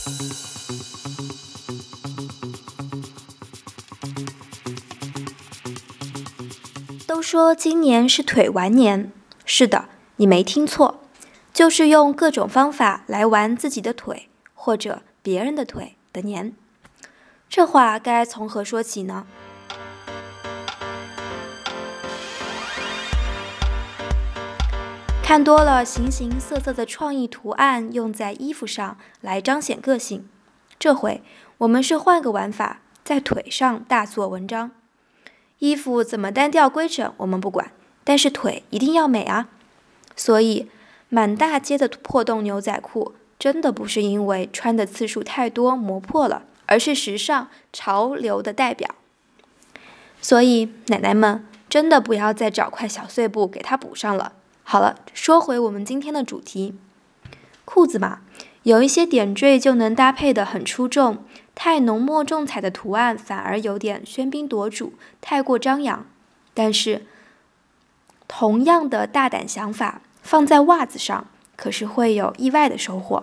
都说今年是腿玩年，是的，你没听错，就是用各种方法来玩自己的腿或者别人的腿的年。这话该从何说起呢？看多了形形色色的创意图案用在衣服上来彰显个性，这回我们是换个玩法，在腿上大做文章。衣服怎么单调规整我们不管，但是腿一定要美啊！所以满大街的破洞牛仔裤真的不是因为穿的次数太多磨破了，而是时尚潮流的代表。所以奶奶们真的不要再找块小碎布给它补上了。好了，说回我们今天的主题，裤子嘛，有一些点缀就能搭配得很出众，太浓墨重彩的图案反而有点喧宾夺主，太过张扬。但是同样的大胆想法放在袜子上，可是会有意外的收获。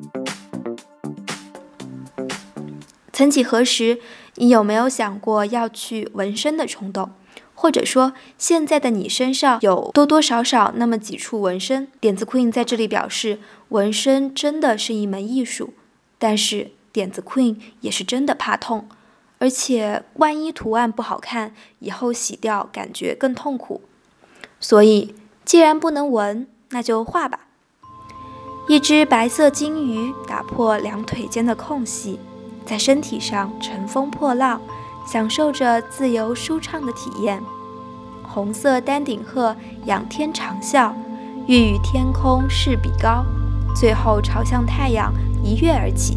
曾几何时，你有没有想过要去纹身的冲动？或者说，现在的你身上有多多少少那么几处纹身？点子 Queen 在这里表示，纹身真的是一门艺术，但是点子 Queen 也是真的怕痛，而且万一图案不好看，以后洗掉感觉更痛苦。所以，既然不能纹，那就画吧。一只白色金鱼打破两腿间的空隙，在身体上乘风破浪，享受着自由舒畅的体验。红色丹顶鹤仰天长啸，欲与天空试比高，最后朝向太阳一跃而起。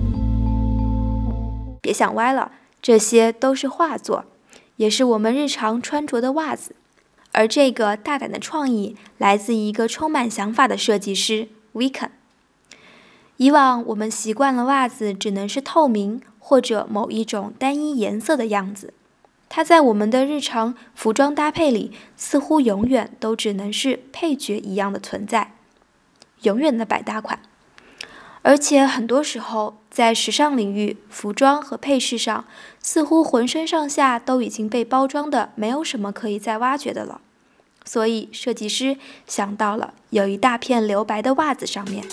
别想歪了，这些都是画作，也是我们日常穿着的袜子。而这个大胆的创意来自一个充满想法的设计师 Weekend。以往我们习惯了袜子只能是透明或者某一种单一颜色的样子，它在我们的日常服装搭配里似乎永远都只能是配角一样的存在，永远的百搭款。而且很多时候在时尚领域，服装和配饰上似乎浑身上下都已经被包装的没有什么可以再挖掘的了，所以设计师想到了有一大片留白的袜子上面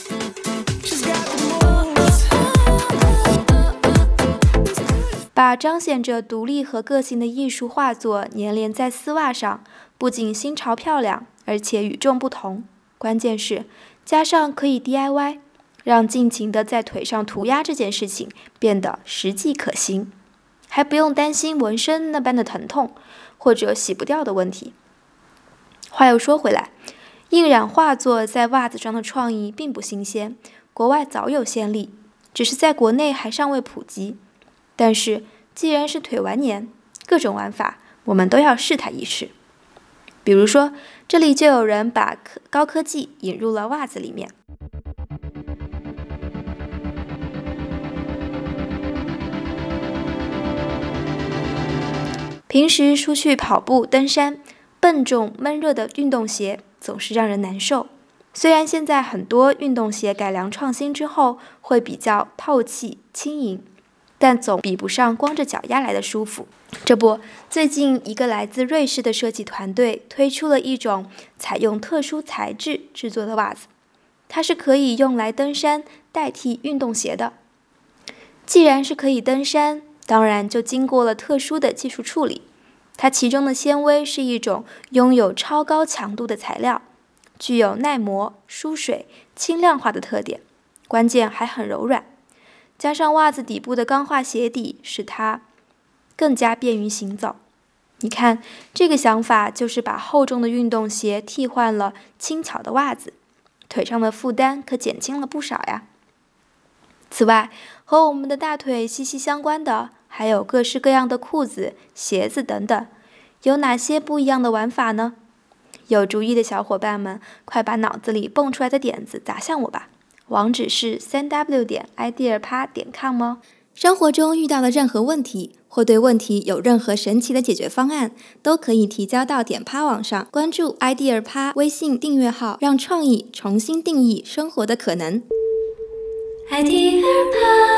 把彰显着独立和个性的艺术画作粘连在丝袜上，不仅新潮漂亮，而且与众不同。关键是加上可以 DIY， 让尽情的在腿上涂鸦这件事情变得实际可行，还不用担心纹身那般的疼痛或者洗不掉的问题。话又说回来，印染画作在袜子上的创意并不新鲜，国外早有先例，只是在国内还尚未普及。但是既然是腿玩年，各种玩法我们都要试它一试。比如说，这里就有人把高科技引入了袜子里面。平时出去跑步、登山，笨重闷热的运动鞋总是让人难受。虽然现在很多运动鞋改良创新之后会比较透气轻盈，但总比不上光着脚丫来的舒服。这不，最近一个来自瑞士的设计团队推出了一种采用特殊材质制作的袜子，它是可以用来登山代替运动鞋的。既然是可以登山，当然就经过了特殊的技术处理。它其中的纤维是一种拥有超高强度的材料，具有耐磨、疏水、轻量化的特点，关键还很柔软。加上袜子底部的钢化鞋底，使它更加便于行走。你看，这个想法就是把厚重的运动鞋替换了轻巧的袜子，腿上的负担可减轻了不少呀。此外，和我们的大腿息息相关的还有各式各样的裤子、鞋子等等，有哪些不一样的玩法呢？有主意的小伙伴们，快把脑子里蹦出来的点子砸向我吧！网址是3w.idearpa.com 哦。生活中遇到的任何问题，或对问题有任何神奇的解决方案，都可以提交到点趴网上，关注 idearpa 微信订阅号，让创意重新定义生活的可能。 海蒂尔帕